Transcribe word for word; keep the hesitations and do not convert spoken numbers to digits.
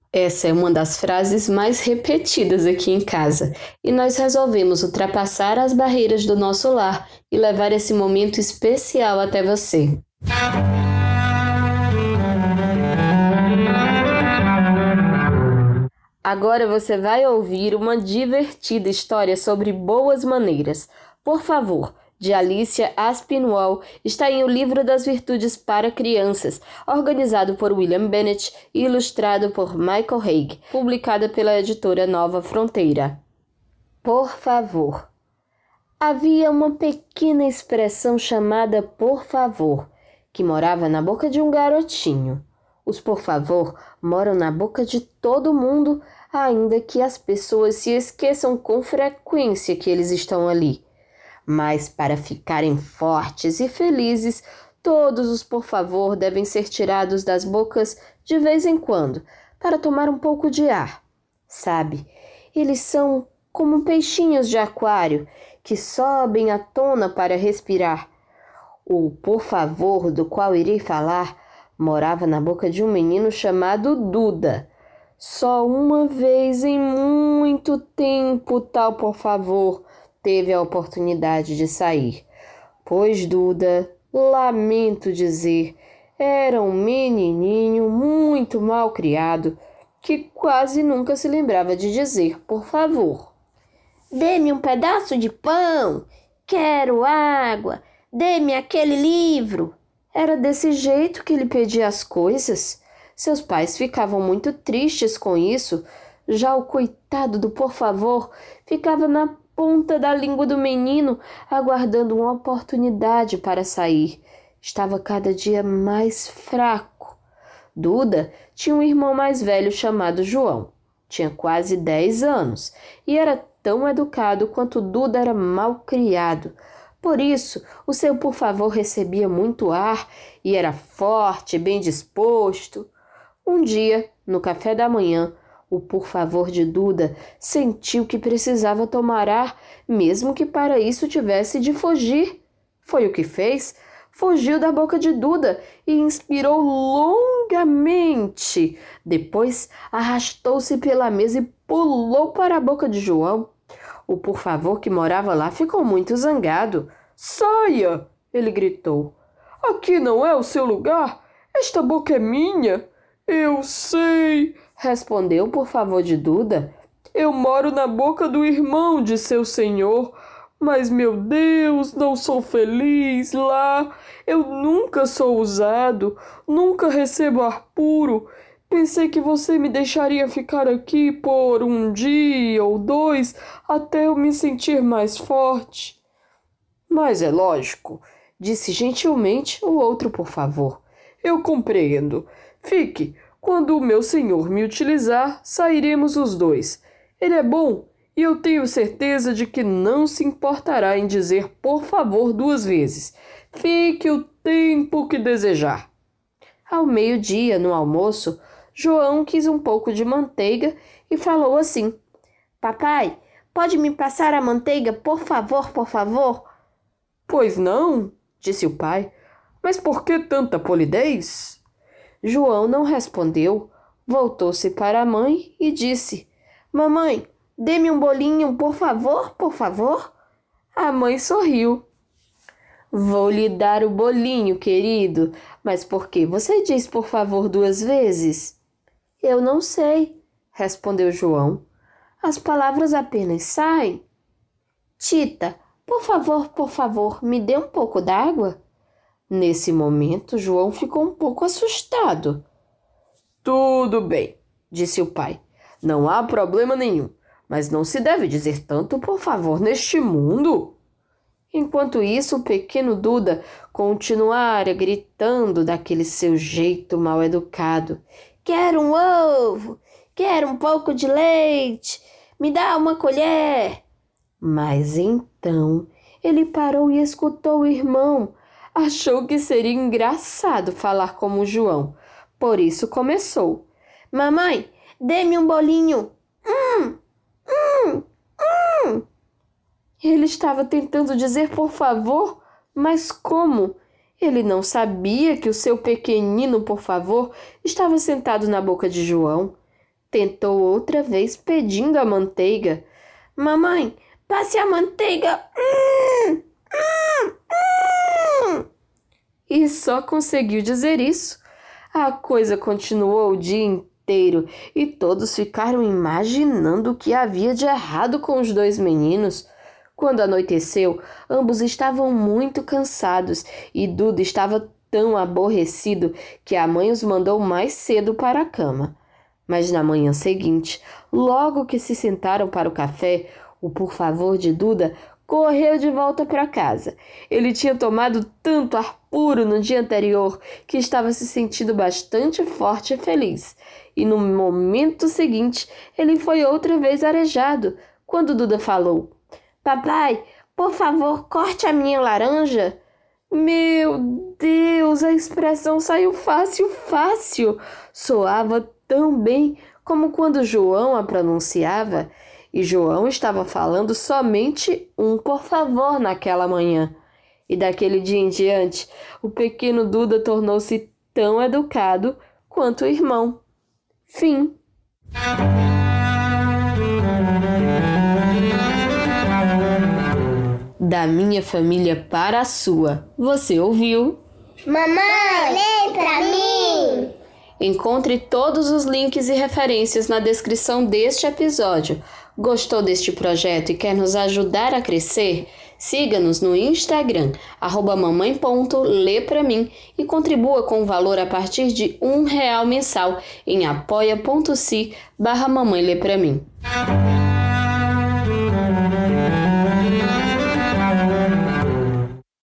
Essa é uma das frases mais repetidas aqui em casa, e nós resolvemos ultrapassar as barreiras do nosso lar e levar esse momento especial até você. Agora você vai ouvir uma divertida história sobre boas maneiras. Por favor, de Alicia Aspinwall, está em O Livro das Virtudes para Crianças, organizado por William Bennett e ilustrado por Michael Haig, publicada pela editora Nova Fronteira. Por favor. Havia uma pequena expressão chamada por favor, que morava na boca de um garotinho. Os por favor moram na boca de todo mundo, ainda que as pessoas se esqueçam com frequência que eles estão ali. Mas para ficarem fortes e felizes, todos os por favor devem ser tirados das bocas de vez em quando, para tomar um pouco de ar. Sabe, eles são como peixinhos de aquário que sobem à tona para respirar. O por favor do qual irei falar morava na boca de um menino chamado Duda. Só uma vez em muito tempo tal por favor teve a oportunidade de sair, pois Duda, lamento dizer, era um menininho muito mal criado que quase nunca se lembrava de dizer por favor. Dê-me um pedaço de pão, quero água, dê-me aquele livro. Era desse jeito que ele pedia as coisas. Seus pais ficavam muito tristes com isso. Já o coitado do por favor ficava na ponta da língua do menino, aguardando uma oportunidade para sair. Estava cada dia mais fraco. Duda tinha um irmão mais velho chamado João. Tinha quase dez anos e era tão educado quanto Duda era mal criado. Por isso, o seu por favor recebia muito ar e era forte, bem disposto. Um dia, no café da manhã, o por favor de Duda sentiu que precisava tomar ar, mesmo que para isso tivesse de fugir. Foi o que fez. Fugiu da boca de Duda e inspirou longamente. Depois arrastou-se pela mesa e pulou para a boca de João. O por favor que morava lá ficou muito zangado. Saia! Ele gritou. Aqui não é o seu lugar. Esta boca é minha. Eu sei, respondeu o por favor de Duda. Eu moro na boca do irmão de seu senhor. Mas, meu Deus, não sou feliz lá. Eu nunca sou usado, nunca recebo ar puro. Pensei que você me deixaria ficar aqui por um dia ou dois até eu me sentir mais forte. Mas é lógico, disse gentilmente o outro por favor. Eu compreendo. Fique, quando o meu senhor me utilizar, sairemos os dois. Ele é bom e eu tenho certeza de que não se importará em dizer por favor duas vezes. Fique o tempo que desejar. Ao meio-dia, no almoço, João quis um pouco de manteiga e falou assim. Papai, pode me passar a manteiga, por favor, por favor? Pois não, disse o pai. Mas por que tanta polidez? João não respondeu, voltou-se para a mãe e disse. Mamãe, dê-me um bolinho, por favor, por favor. A mãe sorriu. Vou lhe dar o bolinho, querido, mas por que você diz por favor duas vezes? Eu não sei, respondeu João. As palavras apenas saem. Tita, por favor, por favor, me dê um pouco d'água. Nesse momento, João ficou um pouco assustado. Tudo bem, disse o pai. Não há problema nenhum, mas não se deve dizer tanto por favor neste mundo. Enquanto isso, o pequeno Duda continuara gritando daquele seu jeito mal educado. Quero um ovo, quero um pouco de leite, me dá uma colher. Mas então ele parou e escutou o irmão. Achou que seria engraçado falar como João. Por isso começou. Mamãe, dê-me um bolinho. Hum, hum, hum. Ele estava tentando dizer por favor, mas como? Ele não sabia que o seu pequenino por favor estava sentado na boca de João. Tentou outra vez pedindo a manteiga. Mamãe, passe a manteiga. Hum, hum, hum. E só conseguiu dizer isso. A coisa continuou o dia inteiro e todos ficaram imaginando o que havia de errado com os dois meninos. Quando anoiteceu, ambos estavam muito cansados e Duda estava tão aborrecido que a mãe os mandou mais cedo para a cama. Mas na manhã seguinte, logo que se sentaram para o café, o por favor de Duda correu de volta para casa. Ele tinha tomado tanto ar puro no dia anterior que estava se sentindo bastante forte e feliz. E no momento seguinte, ele foi outra vez arejado, quando Duda falou: Papai, por favor, corte a minha laranja. Meu Deus, a expressão saiu fácil, fácil. Soava tão bem como quando João a pronunciava. E João estava falando somente um por favor naquela manhã. E daquele dia em diante, o pequeno Duda tornou-se tão educado quanto o irmão. Fim. Da minha família para a sua. Você ouviu? Mamãe, lê pra mim! Encontre todos os links e referências na descrição deste episódio. Gostou deste projeto e quer nos ajudar a crescer? Siga-nos no Instagram, arroba mamãe ponto lê pra mim e contribua com o valor a partir de um real mensal em apoia.se barra mamãe lê pra mim.